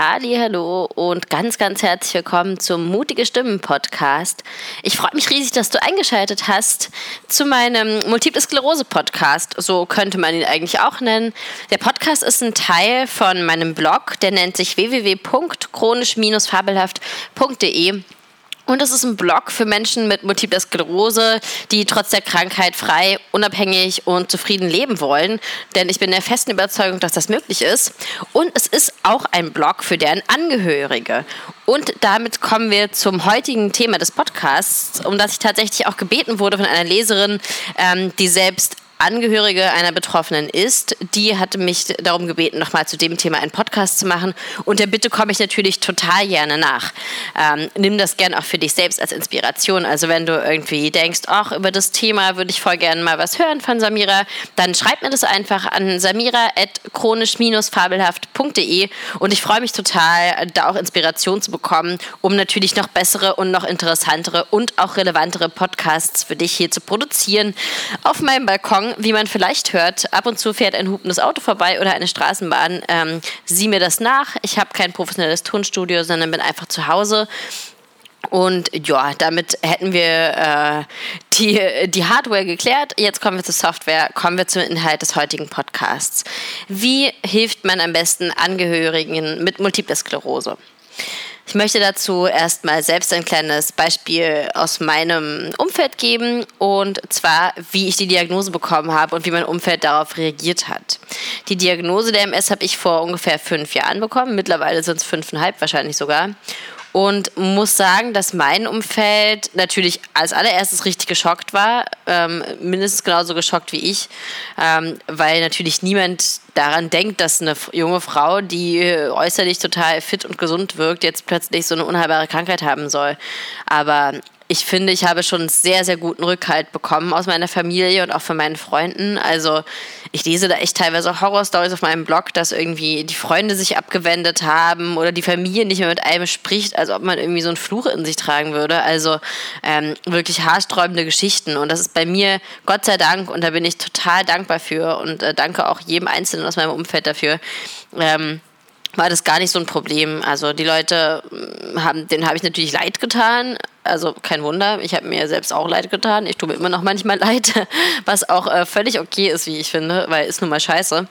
Hallihallo und ganz, ganz herzlich willkommen zum Mutige Stimmen Podcast. Ich freue mich riesig, dass du eingeschaltet hast zu meinem Multiple Sklerose Podcast. So könnte man ihn eigentlich auch nennen. Der Podcast ist ein Teil von meinem Blog, der nennt sich www.chronisch-fabelhaft.de. Und es ist ein Blog für Menschen mit Multipler Sklerose, die trotz der Krankheit frei, unabhängig und zufrieden leben wollen. Denn ich bin der festen Überzeugung, dass das möglich ist. Und es ist auch ein Blog für deren Angehörige. Und damit kommen wir zum heutigen Thema des Podcasts, um das ich tatsächlich auch gebeten wurde von einer Leserin, die selbst Angehörige einer Betroffenen ist. Die hatte mich darum gebeten, nochmal zu dem Thema einen Podcast zu machen. Und der Bitte komme ich natürlich total gerne nach. Nimm das gerne auch für dich selbst als Inspiration. Also wenn du irgendwie denkst, ach, über das Thema würde ich voll gerne mal was hören von Samira, dann schreib mir das einfach an samira@chronisch-fabelhaft.de und ich freue mich total, da auch Inspiration zu bekommen, um natürlich noch bessere und noch interessantere und auch relevantere Podcasts für dich hier zu produzieren. Auf meinem Balkon, wie man vielleicht hört, ab und zu fährt ein hupendes Auto vorbei oder eine Straßenbahn. Sieh mir das nach. Ich habe kein professionelles Tonstudio, sondern bin einfach zu Hause. Und ja, damit hätten wir die Hardware geklärt. Jetzt kommen wir zur Software, kommen wir zum Inhalt des heutigen Podcasts. Wie hilft man am besten Angehörigen mit Multipler Sklerose? Ich möchte dazu erstmal selbst ein kleines Beispiel aus meinem Umfeld geben, und zwar, wie ich die Diagnose bekommen habe und wie mein Umfeld darauf reagiert hat. Die Diagnose der MS habe ich vor ungefähr 5 Jahren bekommen, mittlerweile sind es 5,5 wahrscheinlich sogar. Und muss sagen, dass mein Umfeld natürlich als allererstes richtig geschockt war, mindestens genauso geschockt wie ich, weil natürlich niemand daran denkt, dass eine junge Frau, die äußerlich total fit und gesund wirkt, jetzt plötzlich so eine unheilbare Krankheit haben soll. Aber ich finde, ich habe schon sehr, sehr guten Rückhalt bekommen aus meiner Familie und auch von meinen Freunden. Also ich lese da echt teilweise auch Horrorstories auf meinem Blog, dass irgendwie die Freunde sich abgewendet haben oder die Familie nicht mehr mit einem spricht, als ob man irgendwie so einen Fluch in sich tragen würde. Also wirklich haarsträubende Geschichten. Und das ist bei mir, Gott sei Dank, und da bin ich total dankbar für und danke auch jedem Einzelnen aus meinem Umfeld dafür, war das gar nicht so ein Problem. Also die Leute, denen habe ich natürlich leid getan. Also kein Wunder, ich habe mir selbst auch leid getan. Ich tue mir immer noch manchmal leid, was auch völlig okay ist, wie ich finde, weil ist nun mal scheiße.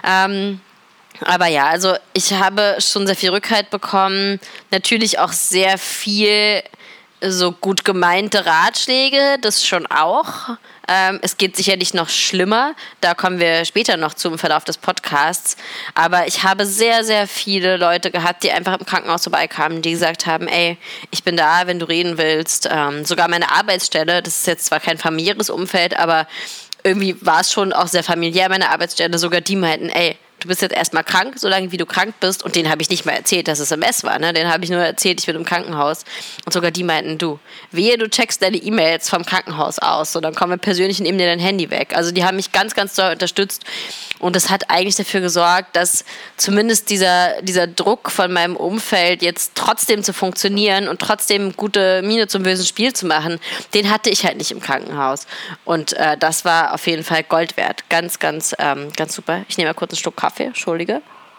Aber ja, also ich habe schon sehr viel Rückhalt bekommen. Natürlich auch sehr viel so gut gemeinte Ratschläge, das schon auch. Es geht sicherlich noch schlimmer, da kommen wir später noch zu im Verlauf des Podcasts, aber ich habe sehr, sehr viele Leute gehabt, die einfach im Krankenhaus vorbeikamen, die gesagt haben, ey, ich bin da, wenn du reden willst. Sogar meine Arbeitsstelle, das ist jetzt zwar kein familiäres Umfeld, aber irgendwie war es schon auch sehr familiär, meine Arbeitsstelle, sogar die meinten, ey, du bist jetzt erstmal krank, solange wie du krank bist. Und denen habe ich nicht mal erzählt, dass es MS war. Ne? Denen habe ich nur erzählt, ich bin im Krankenhaus. Und sogar die meinten, du checkst deine E-Mails vom Krankenhaus aus. So, dann kommen wir persönlich und nehmen dir dein Handy weg. Also die haben mich ganz, ganz doll unterstützt. Und das hat eigentlich dafür gesorgt, dass zumindest dieser Druck von meinem Umfeld jetzt trotzdem zu funktionieren und trotzdem gute Miene zum bösen Spiel zu machen, den hatte ich halt nicht im Krankenhaus. Und das war auf jeden Fall Gold wert. Ganz, ganz, ganz super. Ich nehme mal kurz einen Schluck Kaffee, entschuldige.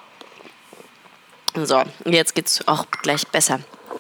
So, jetzt geht's auch gleich besser.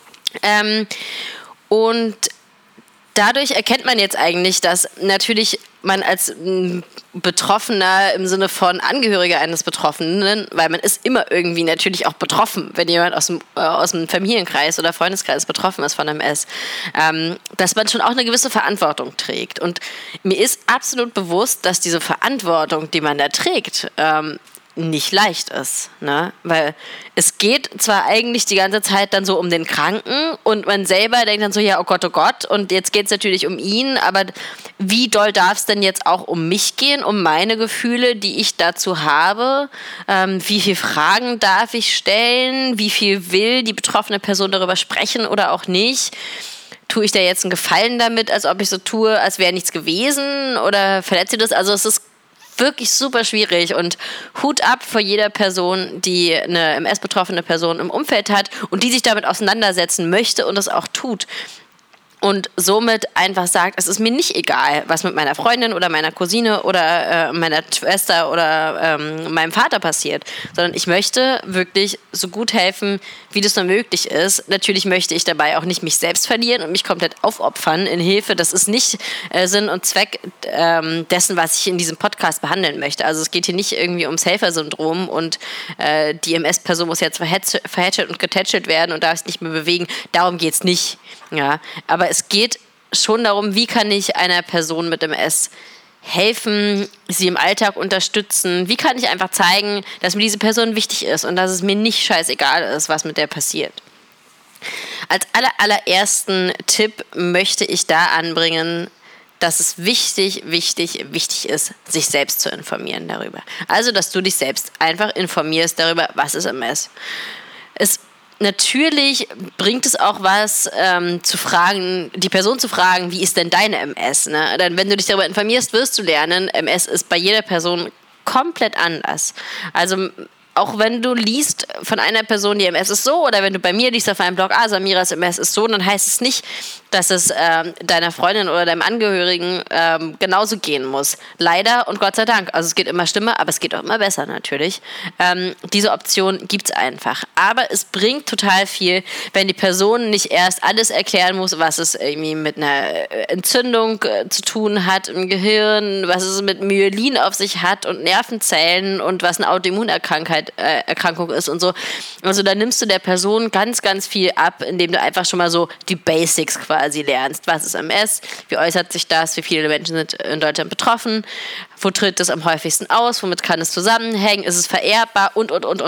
Und dadurch erkennt man jetzt eigentlich, dass natürlich man als Betroffener im Sinne von Angehöriger eines Betroffenen, weil man ist immer irgendwie natürlich auch betroffen, wenn jemand aus dem Familienkreis oder Freundeskreis betroffen ist von MS, dass man schon auch eine gewisse Verantwortung trägt. Und mir ist absolut bewusst, dass diese Verantwortung, die man da trägt, nicht leicht ist, ne? Weil es geht zwar eigentlich die ganze Zeit dann so um den Kranken und man selber denkt dann so, ja, oh Gott, und jetzt geht es natürlich um ihn, aber wie doll darf es denn jetzt auch um mich gehen, um meine Gefühle, die ich dazu habe? Wie viele Fragen darf ich stellen? Wie viel will die betroffene Person darüber sprechen oder auch nicht? Tue ich da jetzt einen Gefallen damit, als ob ich so tue, als wäre nichts gewesen, oder verletzt sie das? Also es ist wirklich super schwierig, und Hut ab vor jeder Person, die eine MS-betroffene Person im Umfeld hat und die sich damit auseinandersetzen möchte und das auch tut. und somit einfach sagt, es ist mir nicht egal, was mit meiner Freundin oder meiner Cousine oder meiner Schwester oder meinem Vater passiert, sondern ich möchte wirklich so gut helfen, wie das nur möglich ist. Natürlich möchte ich dabei auch nicht mich selbst verlieren und mich komplett aufopfern in Hilfe. Das ist nicht Sinn und Zweck dessen, was ich in diesem Podcast behandeln möchte. Also es geht hier nicht irgendwie ums Helfersyndrom und die MS-Person muss jetzt verhätschelt und getätschelt werden und darf sich nicht mehr bewegen. Darum geht es nicht. Ja, aber es geht schon darum, wie kann ich einer Person mit MS helfen, sie im Alltag unterstützen, wie kann ich einfach zeigen, dass mir diese Person wichtig ist und dass es mir nicht scheißegal ist, was mit der passiert. Als allerersten Tipp möchte ich da anbringen, dass es wichtig ist, sich selbst zu informieren darüber. Also, dass du dich selbst einfach informierst darüber, was ist MS. Natürlich bringt es auch was, zu fragen, die Person zu fragen, wie ist denn deine MS? Ne? Denn wenn du dich darüber informierst, wirst du lernen, MS ist bei jeder Person komplett anders. Also auch wenn du liest von einer Person, die MS ist so, oder wenn du bei mir liest auf einem Blog, Samiras MS ist so, dann heißt es nicht, dass es deiner Freundin oder deinem Angehörigen genauso gehen muss. Leider und Gott sei Dank. Also es geht immer schlimmer, aber es geht auch immer besser natürlich. Diese Option gibt es einfach. Aber es bringt total viel, wenn die Person nicht erst alles erklären muss, was es irgendwie mit einer Entzündung zu tun hat im Gehirn, was es mit Myelin auf sich hat und Nervenzellen und was eine Autoimmunerkrankung ist und so. Also da nimmst du der Person ganz, ganz viel ab, indem du einfach schon mal so die Basics quasi lernst. Was ist MS? Wie äußert sich das? Wie viele Menschen sind in Deutschland betroffen? Wo tritt das am häufigsten aus? Womit kann es zusammenhängen? Ist es vererbbar? Und.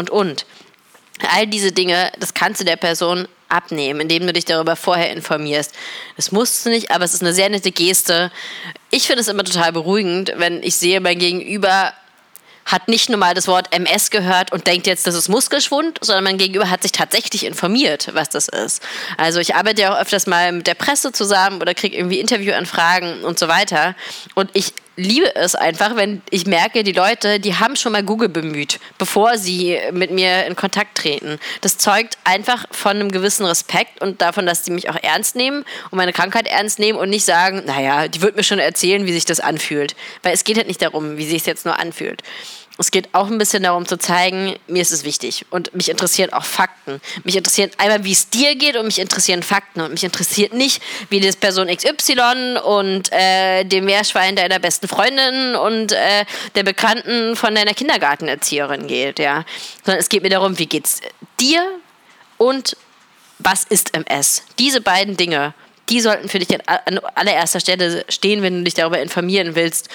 All diese Dinge, das kannst du der Person abnehmen, indem du dich darüber vorher informierst. Das musst du nicht, aber es ist eine sehr nette Geste. Ich finde es immer total beruhigend, wenn ich sehe, mein Gegenüber hat nicht nur mal das Wort MS gehört und denkt jetzt, das ist Muskelschwund, sondern mein Gegenüber hat sich tatsächlich informiert, was das ist. Also ich arbeite ja auch öfters mal mit der Presse zusammen oder kriege irgendwie Interviewanfragen und so weiter. Und ich liebe es einfach, wenn ich merke, die Leute, die haben schon mal Google bemüht, bevor sie mit mir in Kontakt treten. Das zeugt einfach von einem gewissen Respekt und davon, dass die mich auch ernst nehmen und meine Krankheit ernst nehmen und nicht sagen, naja, die wird mir schon erzählen, wie sich das anfühlt. Weil es geht halt nicht darum, wie sich es jetzt nur anfühlt. Es geht auch ein bisschen darum zu zeigen, mir ist es wichtig und mich interessieren auch Fakten. Mich interessiert einmal, wie es dir geht und mich interessieren Fakten und mich interessiert nicht, wie das Person XY und dem Meerschwein deiner besten Freundin und der Bekannten von deiner Kindergartenerzieherin geht, ja. Sondern es geht mir darum, wie geht's dir und was ist MS? Diese beiden Dinge, die sollten für dich an allererster Stelle stehen, wenn du dich darüber informieren willst,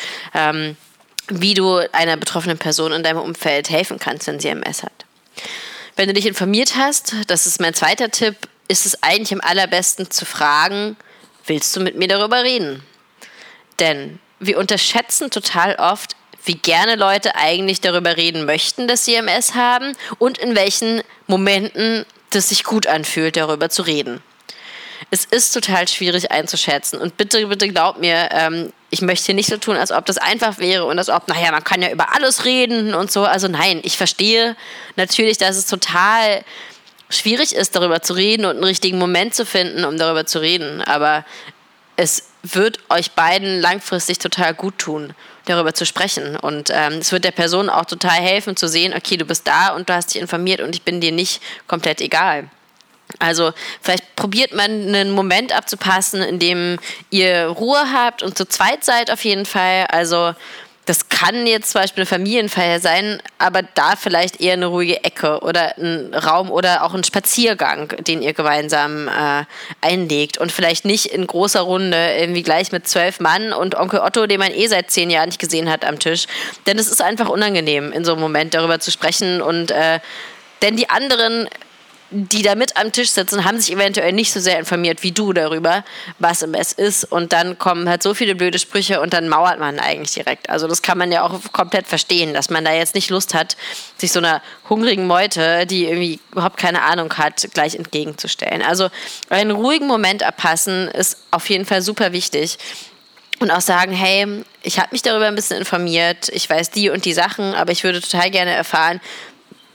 wie du einer betroffenen Person in deinem Umfeld helfen kannst, wenn sie MS hat. Wenn du dich informiert hast, das ist mein zweiter Tipp, ist es eigentlich am allerbesten zu fragen, willst du mit mir darüber reden? Denn wir unterschätzen total oft, wie gerne Leute eigentlich darüber reden möchten, dass sie MS haben und in welchen Momenten das sich gut anfühlt, darüber zu reden. Es ist total schwierig einzuschätzen und bitte glaub mir, ich möchte hier nicht so tun, als ob das einfach wäre und als ob, naja, man kann ja über alles reden und so. Also nein, ich verstehe natürlich, dass es total schwierig ist, darüber zu reden und einen richtigen Moment zu finden, um darüber zu reden. Aber es wird euch beiden langfristig total gut tun, darüber zu sprechen. Und es wird der Person auch total helfen zu sehen, okay, du bist da und du hast dich informiert und ich bin dir nicht komplett egal. Also vielleicht probiert man einen Moment abzupassen, in dem ihr Ruhe habt und zu zweit seid auf jeden Fall. Also das kann jetzt zum Beispiel eine Familienfeier sein, aber da vielleicht eher eine ruhige Ecke oder ein Raum oder auch ein Spaziergang, den ihr gemeinsam einlegt und vielleicht nicht in großer Runde irgendwie gleich mit 12 Mann und Onkel Otto, den man seit 10 Jahren nicht gesehen hat am Tisch. Denn es ist einfach unangenehm, in so einem Moment darüber zu sprechen und denn die anderen, die da mit am Tisch sitzen, haben sich eventuell nicht so sehr informiert wie du darüber, was MS ist. Und dann kommen halt so viele blöde Sprüche und dann mauert man eigentlich direkt. Also das kann man ja auch komplett verstehen, dass man da jetzt nicht Lust hat, sich so einer hungrigen Meute, die irgendwie überhaupt keine Ahnung hat, gleich entgegenzustellen. Also einen ruhigen Moment abpassen ist auf jeden Fall super wichtig. Und auch sagen, hey, ich habe mich darüber ein bisschen informiert, ich weiß die und die Sachen, aber ich würde total gerne erfahren,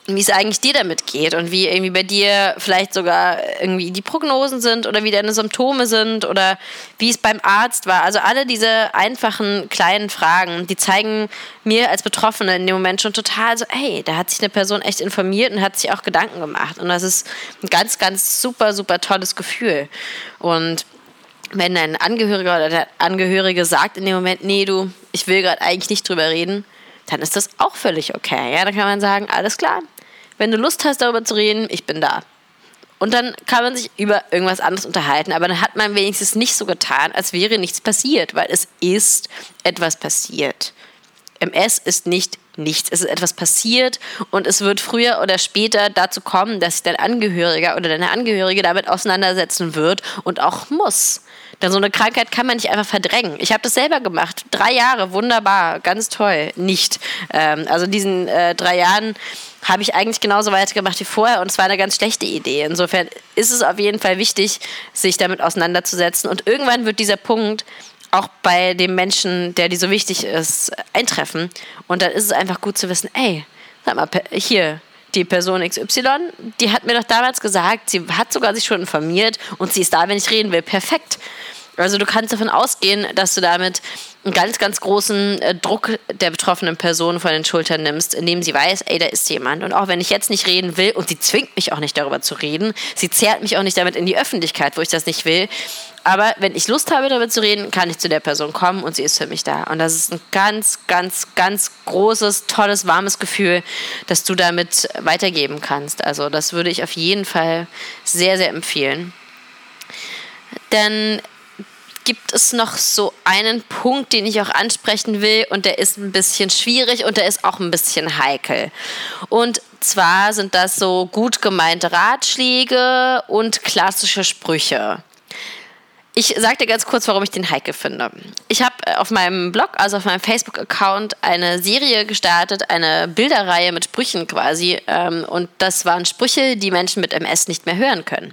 wie es eigentlich dir damit geht und wie irgendwie bei dir vielleicht sogar irgendwie die Prognosen sind oder wie deine Symptome sind oder wie es beim Arzt war. Also alle diese einfachen kleinen Fragen, die zeigen mir als Betroffene in dem Moment schon total so, hey, da hat sich eine Person echt informiert und hat sich auch Gedanken gemacht. Und das ist ein ganz, ganz super, super tolles Gefühl. Und wenn ein Angehöriger oder der Angehörige sagt in dem Moment, nee, du, ich will gerade eigentlich nicht drüber reden, dann ist das auch völlig okay. Ja, dann kann man sagen, alles klar, wenn du Lust hast, darüber zu reden, ich bin da. Und dann kann man sich über irgendwas anderes unterhalten, aber dann hat man wenigstens nicht so getan, als wäre nichts passiert, weil es ist etwas passiert. MS ist nicht nichts. Es ist etwas passiert und es wird früher oder später dazu kommen, dass sich dein Angehöriger oder deine Angehörige damit auseinandersetzen wird und auch muss. Denn so eine Krankheit kann man nicht einfach verdrängen. Ich habe das selber gemacht. 3 Jahre, wunderbar, ganz toll. Nicht. Also diesen 3 Jahren habe ich eigentlich genauso weitergemacht wie vorher und es war eine ganz schlechte Idee. Insofern ist es auf jeden Fall wichtig, sich damit auseinanderzusetzen und irgendwann wird dieser Punkt auch bei dem Menschen, der dir so wichtig ist, eintreffen. Und dann ist es einfach gut zu wissen, ey, sag mal, hier, die Person XY, die hat mir doch damals gesagt, sie hat sogar sich schon informiert und sie ist da, wenn ich reden will. Perfekt. Also du kannst davon ausgehen, dass du damit einen ganz, ganz großen Druck der betroffenen Person von den Schultern nimmst, indem sie weiß, ey, da ist jemand. Und auch wenn ich jetzt nicht reden will, und sie zwingt mich auch nicht darüber zu reden, sie zerrt mich auch nicht damit in die Öffentlichkeit, wo ich das nicht will, aber wenn ich Lust habe, darüber zu reden, kann ich zu der Person kommen und sie ist für mich da. Und das ist ein ganz, ganz, ganz großes, tolles, warmes Gefühl, das du damit weitergeben kannst. Also das würde ich auf jeden Fall sehr, sehr empfehlen. Dann gibt es noch so einen Punkt, den ich auch ansprechen will und der ist ein bisschen schwierig und der ist auch ein bisschen heikel. Und zwar sind das so gut gemeinte Ratschläge und klassische Sprüche. Ich sage dir ganz kurz, warum ich den heikel finde. Ich habe auf meinem Blog, also auf meinem Facebook-Account, eine Serie gestartet, eine Bilderreihe mit Sprüchen quasi. Und das waren Sprüche, die Menschen mit MS nicht mehr hören können.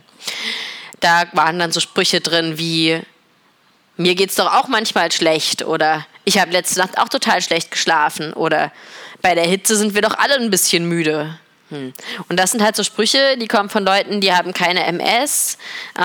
Da waren dann so Sprüche drin wie, mir geht's doch auch manchmal schlecht oder ich habe letzte Nacht auch total schlecht geschlafen oder bei der Hitze sind wir doch alle ein bisschen müde. Und das sind halt so Sprüche, die kommen von Leuten, die haben keine MS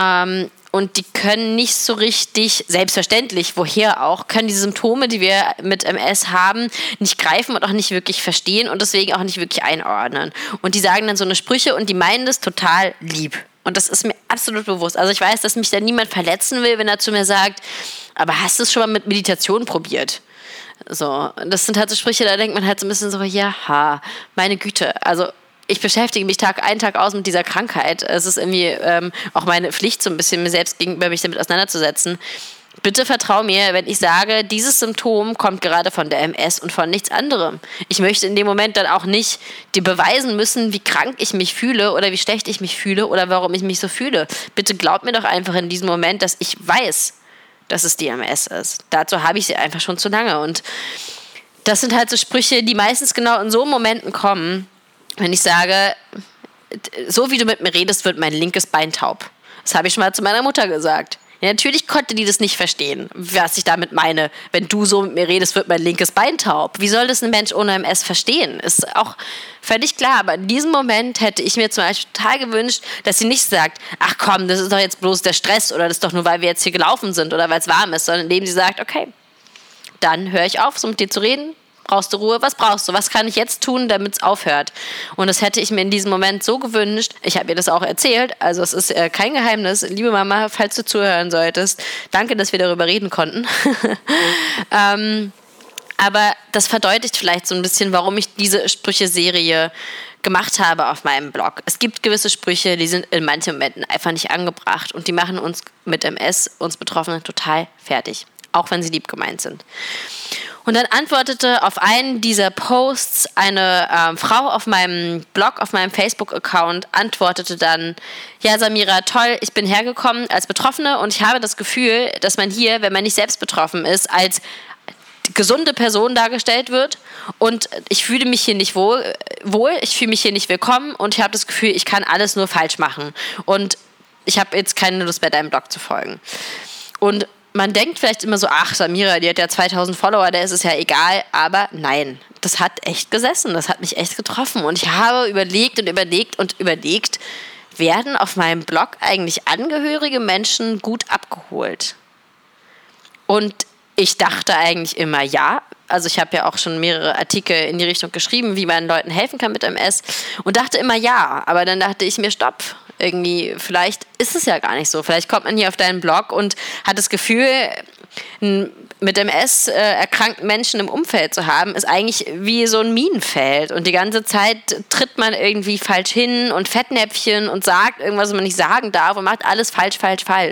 und die können nicht so richtig, selbstverständlich, woher auch, können die Symptome, die wir mit MS haben, nicht greifen und auch nicht wirklich verstehen und deswegen auch nicht wirklich einordnen. Und die sagen dann so eine Sprüche und die meinen das total lieb. Und das ist mir absolut bewusst. Also ich weiß, dass mich da niemand verletzen will, wenn er zu mir sagt, aber hast du es schon mal mit Meditation probiert? So, das sind halt so Sprüche, da denkt man halt so ein bisschen so, ja, meine Güte. Also ich beschäftige mich Tag ein, Tag aus mit dieser Krankheit. Es ist irgendwie auch meine Pflicht, so ein bisschen mir selbst gegenüber mich damit auseinanderzusetzen. Bitte vertrau mir, wenn ich sage, dieses Symptom kommt gerade von der MS und von nichts anderem. Ich möchte in dem Moment dann auch nicht dir beweisen müssen, wie krank ich mich fühle oder wie schlecht ich mich fühle oder warum ich mich so fühle. Bitte glaub mir doch einfach in diesem Moment, dass ich weiß, dass es die MS ist. Dazu habe ich sie einfach schon zu lange. Und das sind halt so Sprüche, die meistens genau in so Momenten kommen, wenn ich sage, so wie du mit mir redest, wird mein linkes Bein taub. Das habe ich schon mal zu meiner Mutter gesagt. Ja, natürlich konnte die das nicht verstehen, was ich damit meine. Wenn du so mit mir redest, wird mein linkes Bein taub. Wie soll das ein Mensch ohne MS verstehen? Ist auch völlig klar. Aber in diesem Moment hätte ich mir zum Beispiel total gewünscht, dass sie nicht sagt, ach komm, das ist doch jetzt bloß der Stress oder das ist doch nur, weil wir jetzt hier gelaufen sind oder weil es warm ist, sondern indem sie sagt, okay, dann höre ich auf, so mit dir zu reden. Brauchst du Ruhe? Was brauchst du? Was kann ich jetzt tun, damit es aufhört? Und das hätte ich mir in diesem Moment so gewünscht. Ich habe ihr das auch erzählt. Also es ist kein Geheimnis. Liebe Mama, falls du zuhören solltest, danke, dass wir darüber reden konnten. Aber das verdeutlicht vielleicht so ein bisschen, warum ich diese Sprüche-Serie gemacht habe auf meinem Blog. Es gibt gewisse Sprüche, die sind in manchen Momenten einfach nicht angebracht und die machen uns mit MS, uns Betroffenen, total fertig. Auch wenn sie lieb gemeint sind. Und dann antwortete auf einen dieser Posts eine Frau auf meinem Blog, auf meinem Facebook-Account, antwortete dann, ja Samira, toll, ich bin hergekommen als Betroffene und ich habe das Gefühl, dass man hier, wenn man nicht selbst betroffen ist, als gesunde Person dargestellt wird und ich fühle mich hier nicht wohl, ich fühle mich hier nicht willkommen und ich habe das Gefühl, ich kann alles nur falsch machen und ich habe jetzt keine Lust mehr, deinem Blog zu folgen. Und man denkt vielleicht immer so, ach, Samira, die hat ja 2000 Follower, der ist es ja egal. Aber nein, das hat echt gesessen, das hat mich echt getroffen. Und ich habe überlegt, werden auf meinem Blog eigentlich angehörige Menschen gut abgeholt? Und ich dachte eigentlich immer ja. Also ich habe ja auch schon mehrere Artikel in die Richtung geschrieben, wie man Leuten helfen kann mit MS. Und dachte immer ja. Aber dann dachte ich mir, stopp. Irgendwie, vielleicht ist es ja gar nicht so. Vielleicht kommt man hier auf deinen Blog und hat das Gefühl, mit MS erkrankten Menschen im Umfeld zu haben, ist eigentlich wie so ein Minenfeld. Und die ganze Zeit tritt man irgendwie falsch hin und Fettnäpfchen und sagt irgendwas, was man nicht sagen darf und macht alles falsch.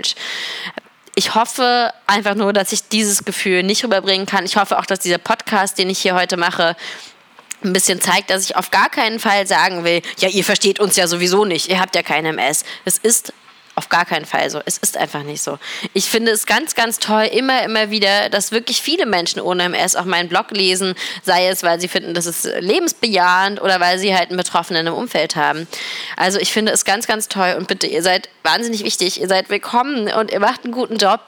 Ich hoffe einfach nur, dass ich dieses Gefühl nicht rüberbringen kann. Ich hoffe auch, dass dieser Podcast, den ich hier heute mache, ein bisschen zeigt, dass ich auf gar keinen Fall sagen will, ja, ihr versteht uns ja sowieso nicht, ihr habt ja kein MS. Es ist auf gar keinen Fall so. Es ist einfach nicht so. Ich finde es ganz, ganz toll, immer wieder, dass wirklich viele Menschen ohne MS auch meinen Blog lesen, sei es, weil sie finden, das ist lebensbejahend oder weil sie halt einen Betroffenen im Umfeld haben. Also ich finde es ganz, ganz toll und bitte, ihr seid wahnsinnig wichtig, ihr seid willkommen und ihr macht einen guten Job.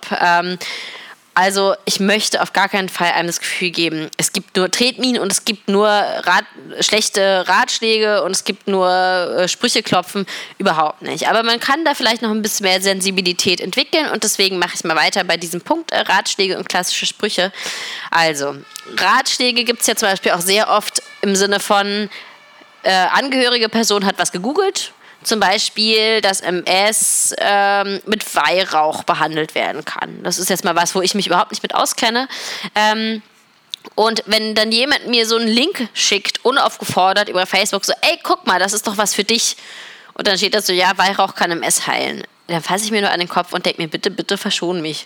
Also ich möchte auf gar keinen Fall einem das Gefühl geben, es gibt nur Tretminen und es gibt nur schlechte Ratschläge und es gibt nur Sprüche klopfen. Überhaupt nicht. Aber man kann da vielleicht noch ein bisschen mehr Sensibilität entwickeln und deswegen mache ich mal weiter bei diesem Punkt Ratschläge und klassische Sprüche. Also Ratschläge gibt es ja zum Beispiel auch sehr oft im Sinne von angehörige Person hat was gegoogelt. Zum Beispiel, dass MS mit Weihrauch behandelt werden kann. Das ist jetzt mal was, wo ich mich überhaupt nicht mit auskenne. Und wenn dann jemand mir so einen Link schickt, unaufgefordert über Facebook, so, ey, guck mal, das ist doch was für dich. Und dann steht da so, ja, Weihrauch kann MS heilen. Dann fasse ich mir nur an den Kopf und denke mir, bitte verschon mich.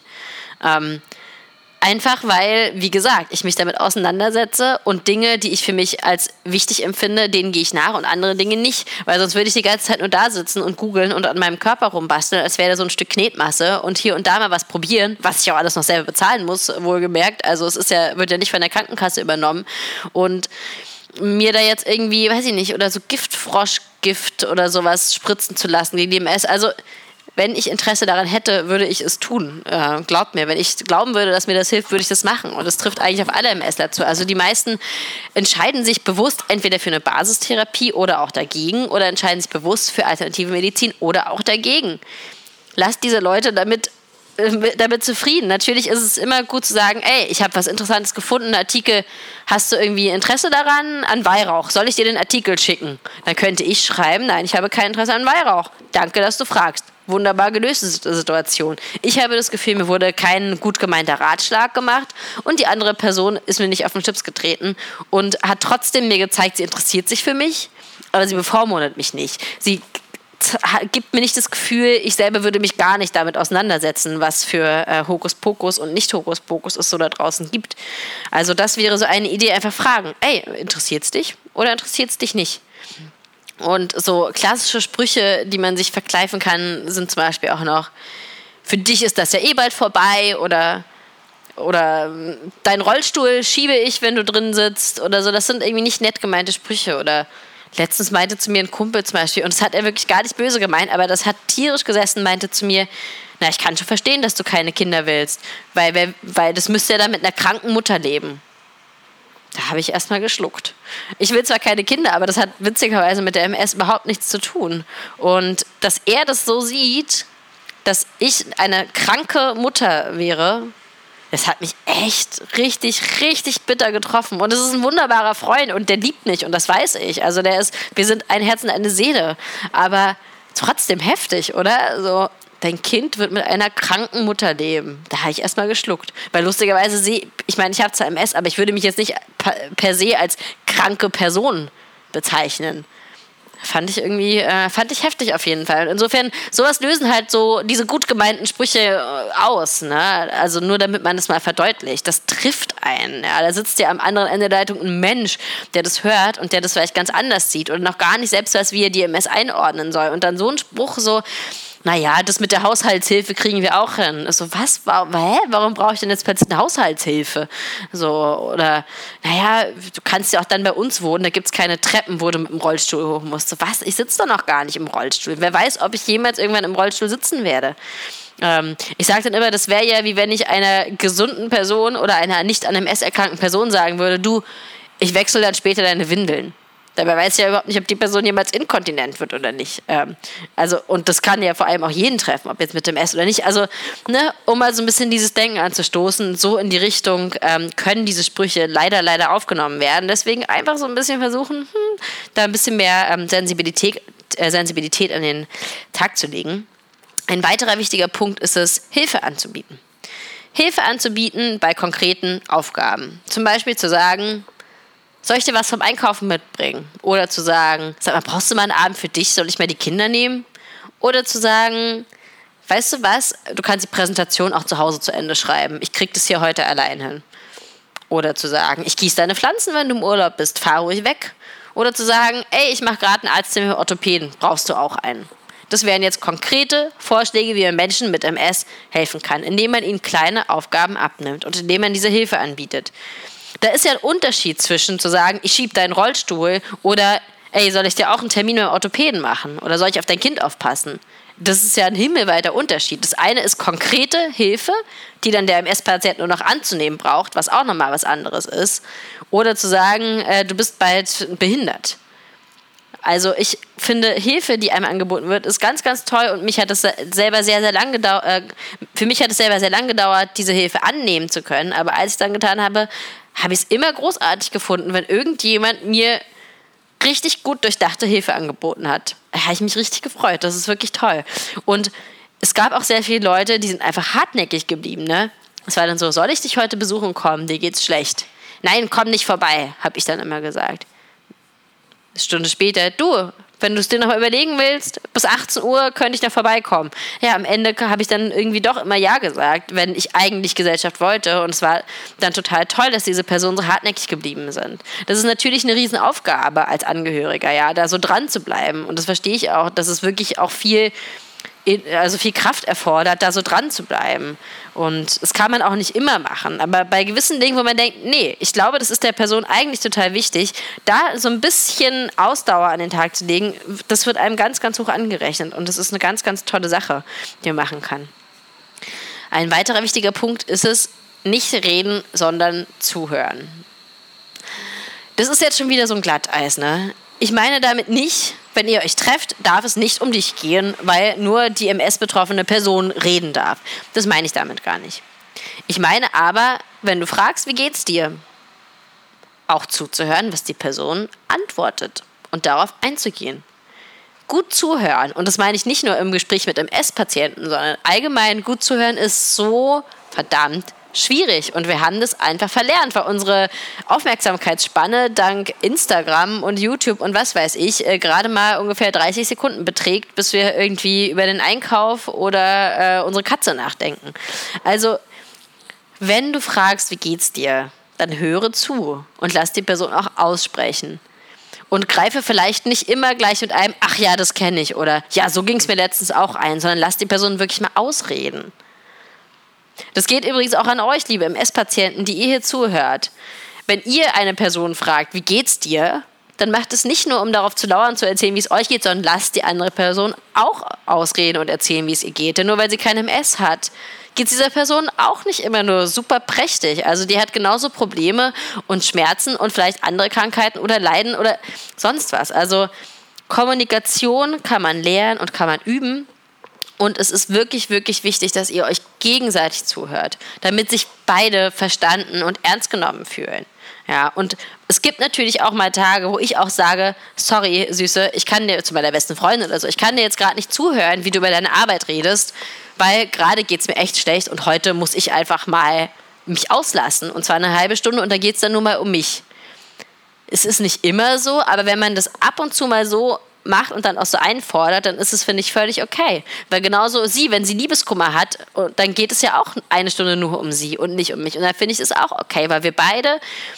Einfach weil, wie gesagt, ich mich damit auseinandersetze und Dinge, die ich für mich als wichtig empfinde, denen gehe ich nach und andere Dinge nicht. Weil sonst würde ich die ganze Zeit nur da sitzen und googeln und an meinem Körper rumbasteln, als wäre da so ein Stück Knetmasse und hier und da mal was probieren, was ich auch alles noch selber bezahlen muss, wohlgemerkt. Also es wird ja nicht von der Krankenkasse übernommen. Und mir da jetzt irgendwie, weiß ich nicht, oder so Giftfroschgift oder sowas spritzen zu lassen gegen die MS. Also wenn ich Interesse daran hätte, würde ich es tun. Glaubt mir, wenn ich glauben würde, dass mir das hilft, würde ich das machen. Und das trifft eigentlich auf alle MSler zu. Also die meisten entscheiden sich bewusst entweder für eine Basistherapie oder auch dagegen oder entscheiden sich bewusst für alternative Medizin oder auch dagegen. Lasst diese Leute damit zufrieden. Natürlich ist es immer gut zu sagen, ey, ich habe was Interessantes gefunden, einen Artikel, hast du irgendwie Interesse daran? An Weihrauch. Soll ich dir den Artikel schicken? Dann könnte ich schreiben, nein, ich habe kein Interesse an Weihrauch. Danke, dass du fragst. Wunderbar gelöste Situation. Ich habe das Gefühl, mir wurde kein gut gemeinter Ratschlag gemacht und die andere Person ist mir nicht auf den Schlips getreten und hat trotzdem mir gezeigt, sie interessiert sich für mich, aber sie bevormundet mich nicht. Sie gibt mir nicht das Gefühl, ich selber würde mich gar nicht damit auseinandersetzen, was für Hokuspokus und Nicht-Hokuspokus es so da draußen gibt. Also das wäre so eine Idee, einfach fragen, ey, interessiert's dich oder interessiert's dich nicht? Und so klassische Sprüche, die man sich verkneifen kann, sind zum Beispiel auch noch, für dich ist das ja eh bald vorbei oder dein Rollstuhl schiebe ich, wenn du drin sitzt oder so. Das sind irgendwie nicht nett gemeinte Sprüche. Oder letztens meinte zu mir ein Kumpel zum Beispiel, und das hat er wirklich gar nicht böse gemeint, aber das hat tierisch gesessen, meinte zu mir, na, ich kann schon verstehen, dass du keine Kinder willst, weil das müsste ja dann mit einer kranken Mutter leben. Da habe ich erstmal geschluckt. Ich will zwar keine Kinder, aber das hat witzigerweise mit der MS überhaupt nichts zu tun. Und dass er das so sieht, dass ich eine kranke Mutter wäre, das hat mich echt richtig, richtig bitter getroffen. Und es ist ein wunderbarer Freund und der liebt mich und das weiß ich. Also wir sind ein Herz und eine Seele. Aber trotzdem heftig, oder? So, dein Kind wird mit einer kranken Mutter leben. Da habe ich erstmal geschluckt. Weil lustigerweise ich meine, ich habe zwar MS, aber ich würde mich jetzt nicht per se als kranke Person bezeichnen. Fand ich heftig auf jeden Fall. Und insofern, sowas lösen halt so diese gut gemeinten Sprüche aus. Ne? Also nur damit man das mal verdeutlicht. Das trifft einen. Ja? Da sitzt ja am anderen Ende der Leitung ein Mensch, der das hört und der das vielleicht ganz anders sieht und noch gar nicht selbst weiß, wie er die MS einordnen soll. Und dann so ein Spruch so, naja, das mit der Haushaltshilfe kriegen wir auch hin. So, was? Warum brauche ich denn jetzt plötzlich eine Haushaltshilfe? So, oder, naja, du kannst ja auch dann bei uns wohnen, da gibt es keine Treppen, wo du mit dem Rollstuhl hoch musst. So, was? Ich sitze doch noch gar nicht im Rollstuhl. Wer weiß, ob ich jemals irgendwann im Rollstuhl sitzen werde. Ich sage dann immer, das wäre ja, wie wenn ich einer gesunden Person oder einer nicht an MS erkrankten Person sagen würde, du, ich wechsle dann später deine Windeln. Dabei weiß ich ja überhaupt nicht, ob die Person jemals inkontinent wird oder nicht. Und das kann ja vor allem auch jeden treffen, ob jetzt mit MS oder nicht. Also, um mal so ein bisschen dieses Denken anzustoßen, so in die Richtung können diese Sprüche leider aufgenommen werden. Deswegen einfach so ein bisschen versuchen, da ein bisschen mehr Sensibilität an den Tag zu legen. Ein weiterer wichtiger Punkt ist es, Hilfe anzubieten. Hilfe anzubieten bei konkreten Aufgaben. Zum Beispiel zu sagen, soll ich dir was vom Einkaufen mitbringen? Oder zu sagen, sag mal, brauchst du mal einen Abend für dich? Soll ich mal die Kinder nehmen? Oder zu sagen, weißt du was? Du kannst die Präsentation auch zu Hause zu Ende schreiben. Ich krieg das hier heute allein hin. Oder zu sagen, ich gieße deine Pflanzen, wenn du im Urlaub bist. Fahr ruhig weg. Oder zu sagen, ey, ich mache gerade einen Arzttermin für Orthopäden. Brauchst du auch einen? Das wären jetzt konkrete Vorschläge, wie man Menschen mit MS helfen kann, indem man ihnen kleine Aufgaben abnimmt und indem man diese Hilfe anbietet. Da ist ja ein Unterschied zwischen zu sagen, ich schiebe deinen Rollstuhl oder, ey, soll ich dir auch einen Termin beim Orthopäden machen oder soll ich auf dein Kind aufpassen? Das ist ja ein himmelweiter Unterschied. Das eine ist konkrete Hilfe, die dann der MS-Patient nur noch anzunehmen braucht, was auch nochmal was anderes ist. Oder zu sagen, du bist bald behindert. Also ich finde, Hilfe, die einem angeboten wird, ist ganz, ganz toll und mich hat es selber sehr lang gedauert, für mich hat es selber sehr lang gedauert, diese Hilfe annehmen zu können. Aber als ich es dann getan habe, habe ich es immer großartig gefunden, wenn irgendjemand mir richtig gut durchdachte Hilfe angeboten hat. Da habe ich mich richtig gefreut. Das ist wirklich toll. Und es gab auch sehr viele Leute, die sind einfach hartnäckig geblieben. Ne? Es war dann so, soll ich dich heute besuchen kommen? Dir geht's schlecht. Nein, komm nicht vorbei, habe ich dann immer gesagt. Eine Stunde später, du, wenn du es dir noch mal überlegen willst, bis 18 Uhr könnte ich da vorbeikommen. Ja, am Ende habe ich dann irgendwie doch immer Ja gesagt, wenn ich eigentlich Gesellschaft wollte. Und es war dann total toll, dass diese Personen so hartnäckig geblieben sind. Das ist natürlich eine Riesenaufgabe als Angehöriger, ja, da so dran zu bleiben. Und das verstehe ich auch, dass es wirklich auch viel Kraft erfordert, da so dran zu bleiben. Und das kann man auch nicht immer machen. Aber bei gewissen Dingen, wo man denkt, nee, ich glaube, das ist der Person eigentlich total wichtig, da so ein bisschen Ausdauer an den Tag zu legen, das wird einem ganz, ganz hoch angerechnet. Und das ist eine ganz, ganz tolle Sache, die man machen kann. Ein weiterer wichtiger Punkt ist es, nicht reden, sondern zuhören. Das ist jetzt schon wieder so ein Glatteis, ne? Ich meine damit nicht, wenn ihr euch trefft, darf es nicht um dich gehen, weil nur die MS-betroffene Person reden darf. Das meine ich damit gar nicht. Ich meine aber, wenn du fragst, wie geht's dir, auch zuzuhören, was die Person antwortet und darauf einzugehen. Gut zuhören, und das meine ich nicht nur im Gespräch mit MS-Patienten, sondern allgemein gut zuhören ist so verdammt schwierig und wir haben das einfach verlernt, weil unsere Aufmerksamkeitsspanne dank Instagram und YouTube und was weiß ich gerade mal ungefähr 30 Sekunden beträgt, bis wir irgendwie über den Einkauf oder unsere Katze nachdenken. Also, wenn du fragst, wie geht's dir, dann höre zu und lass die Person auch aussprechen. Und greife vielleicht nicht immer gleich mit einem, ach ja, das kenne ich oder ja, so ging es mir letztens auch ein, sondern lass die Person wirklich mal ausreden. Das geht übrigens auch an euch, liebe MS-Patienten, die ihr hier zuhört. Wenn ihr eine Person fragt, wie geht's dir, dann macht es nicht nur, um darauf zu lauern, zu erzählen, wie es euch geht, sondern lasst die andere Person auch ausreden und erzählen, wie es ihr geht. Denn nur weil sie kein MS hat, geht es dieser Person auch nicht immer nur super prächtig. Also die hat genauso Probleme und Schmerzen und vielleicht andere Krankheiten oder Leiden oder sonst was. Also Kommunikation kann man lernen und kann man üben. Und es ist wirklich, wirklich wichtig, dass ihr euch gegenseitig zuhört, damit sich beide verstanden und ernst genommen fühlen. Ja, und es gibt natürlich auch mal Tage, wo ich auch sage, sorry, Süße, ich kann dir, zu meiner besten Freundin oder so, ich kann dir jetzt gerade nicht zuhören, wie du über deine Arbeit redest, weil gerade geht es mir echt schlecht und heute muss ich einfach mal mich auslassen. Und zwar eine halbe Stunde und da geht es dann nur mal um mich. Es ist nicht immer so, aber wenn man das ab und zu mal so macht und dann auch so einfordert, dann ist es, finde ich, völlig okay. Weil genauso sie, wenn sie Liebeskummer hat, dann geht es ja auch eine Stunde nur um sie und nicht um mich. Und dann finde ich es auch okay, weil wir beide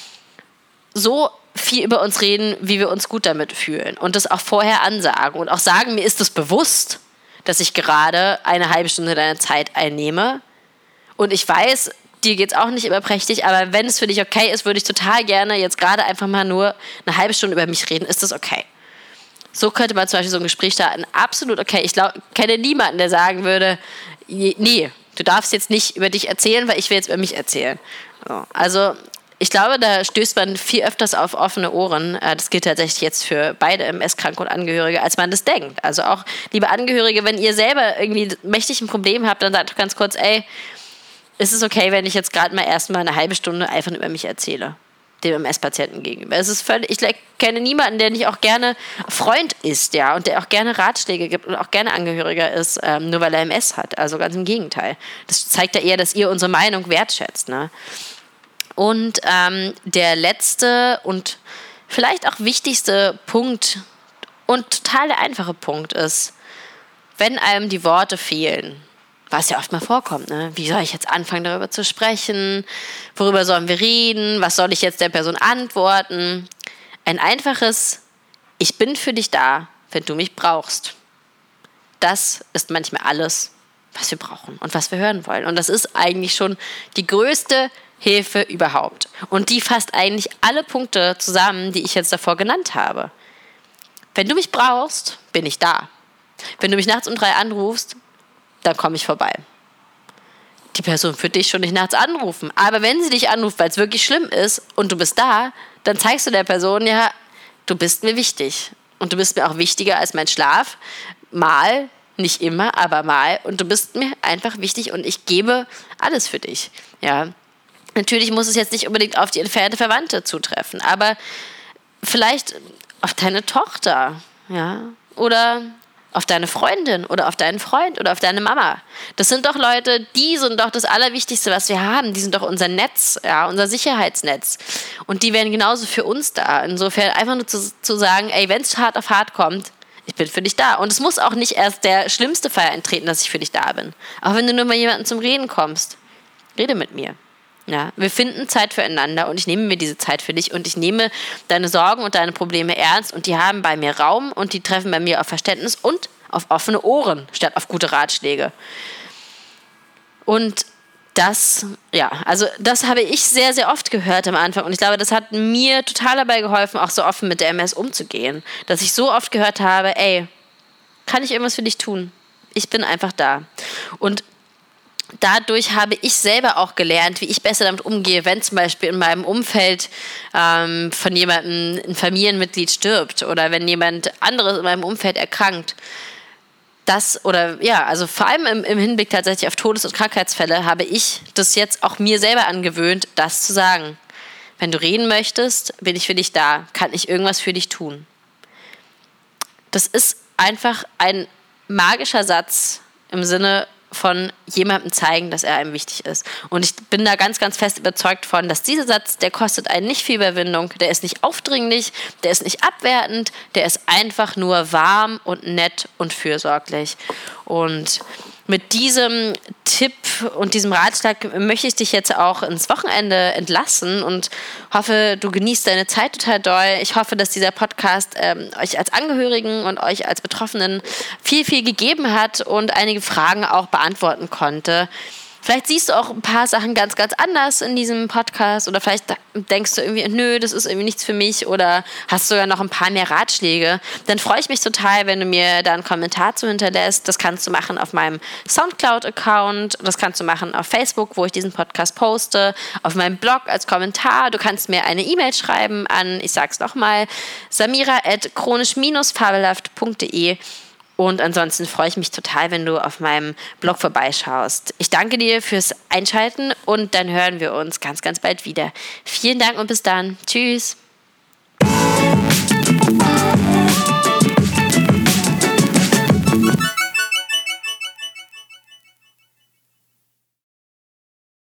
so viel über uns reden, wie wir uns gut damit fühlen. Und das auch vorher ansagen. Und auch sagen, mir ist es bewusst, dass ich gerade eine halbe Stunde deiner Zeit einnehme. Und ich weiß, dir geht es auch nicht immer prächtig, aber wenn es für dich okay ist, würde ich total gerne jetzt gerade einfach mal nur eine halbe Stunde über mich reden. Ist das okay? So könnte man zum Beispiel so ein Gespräch starten. Absolut okay. Ich kenne niemanden, der sagen würde, nee, du darfst jetzt nicht über dich erzählen, weil ich will jetzt über mich erzählen. So. Also ich glaube, da stößt man viel öfters auf offene Ohren. Das gilt tatsächlich jetzt für beide MS-Kranke und Angehörige, als man das denkt. Also auch, liebe Angehörige, wenn ihr selber irgendwie mächtig ein Problem habt, dann sagt doch ganz kurz, ey, ist es okay, wenn ich jetzt gerade mal erstmal eine halbe Stunde einfach über mich erzähle, dem MS-Patienten gegenüber. Es ist völlig, ich kenne niemanden, der nicht auch gerne Freund ist, ja, und der auch gerne Ratschläge gibt und auch gerne Angehöriger ist, nur weil er MS hat. Also ganz im Gegenteil. Das zeigt ja eher, dass ihr unsere Meinung wertschätzt, ne? Und der letzte und vielleicht auch wichtigste Punkt und total der einfache Punkt ist, wenn einem die Worte fehlen, was ja oft mal vorkommt, ne? Wie soll ich jetzt anfangen, darüber zu sprechen? Worüber sollen wir reden? Was soll ich jetzt der Person antworten? Ein einfaches, ich bin für dich da, wenn du mich brauchst. Das ist manchmal alles, was wir brauchen und was wir hören wollen. Und das ist eigentlich schon die größte Hilfe überhaupt. Und die fasst eigentlich alle Punkte zusammen, die ich jetzt davor genannt habe. Wenn du mich brauchst, bin ich da. Wenn du mich nachts um 3 anrufst, dann komme ich vorbei. Die Person wird dich schon nicht nachts anrufen. Aber wenn sie dich anruft, weil es wirklich schlimm ist und du bist da, dann zeigst du der Person, ja, du bist mir wichtig. Und du bist mir auch wichtiger als mein Schlaf. Mal, nicht immer, aber mal. Und du bist mir einfach wichtig und ich gebe alles für dich. Ja. Natürlich muss es jetzt nicht unbedingt auf die entfernte Verwandte zutreffen, aber vielleicht auf deine Tochter, ja, oder auf deine Freundin oder auf deinen Freund oder auf deine Mama. Das sind doch Leute, die sind doch das Allerwichtigste, was wir haben. Die sind doch unser Netz, ja, unser Sicherheitsnetz. Und die wären genauso für uns da. Insofern einfach nur zu sagen, ey, wenn es hart auf hart kommt, ich bin für dich da. Und es muss auch nicht erst der schlimmste Fall eintreten, dass ich für dich da bin. Auch wenn du nur mal jemanden zum Reden kommst, rede mit mir. Ja, wir finden Zeit füreinander und ich nehme mir diese Zeit für dich und ich nehme deine Sorgen und deine Probleme ernst und die haben bei mir Raum und die treffen bei mir auf Verständnis und auf offene Ohren statt auf gute Ratschläge. Und das, ja, also das habe ich sehr, sehr oft gehört am Anfang und ich glaube, das hat mir total dabei geholfen, auch so offen mit der MS umzugehen, dass ich so oft gehört habe, ey, kann ich irgendwas für dich tun? Ich bin einfach da. Und dadurch habe ich selber auch gelernt, wie ich besser damit umgehe, wenn zum Beispiel in meinem Umfeld von jemandem ein Familienmitglied stirbt oder wenn jemand anderes in meinem Umfeld erkrankt. Das oder ja, also vor allem im Hinblick tatsächlich auf Todes- und Krankheitsfälle habe ich das jetzt auch mir selber angewöhnt, das zu sagen. Wenn du reden möchtest, bin ich für dich da, kann ich irgendwas für dich tun. Das ist einfach ein magischer Satz im Sinne von jemandem zeigen, dass er einem wichtig ist. Und ich bin da ganz, ganz fest überzeugt von, dass dieser Satz, der kostet einen nicht viel Überwindung, der ist nicht aufdringlich, der ist nicht abwertend, der ist einfach nur warm und nett und fürsorglich. Und mit diesem Tipp und diesem Ratschlag möchte ich dich jetzt auch ins Wochenende entlassen und hoffe, du genießt deine Zeit total doll. Ich hoffe, dass dieser Podcast euch als Angehörigen und euch als Betroffenen viel, viel gegeben hat und einige Fragen auch beantworten konnte. Vielleicht siehst du auch ein paar Sachen ganz, ganz anders in diesem Podcast oder vielleicht denkst du irgendwie, nö, das ist irgendwie nichts für mich oder hast sogar noch ein paar mehr Ratschläge. Dann freue ich mich total, wenn du mir da einen Kommentar zu hinterlässt. Das kannst du machen auf meinem Soundcloud-Account, das kannst du machen auf Facebook, wo ich diesen Podcast poste, auf meinem Blog als Kommentar. Du kannst mir eine E-Mail schreiben an, ich sag's nochmal, samira@chronisch-fabelhaft.de. Und ansonsten freue ich mich total, wenn du auf meinem Blog vorbeischaust. Ich danke dir fürs Einschalten und dann hören wir uns ganz, ganz bald wieder. Vielen Dank und bis dann. Tschüss.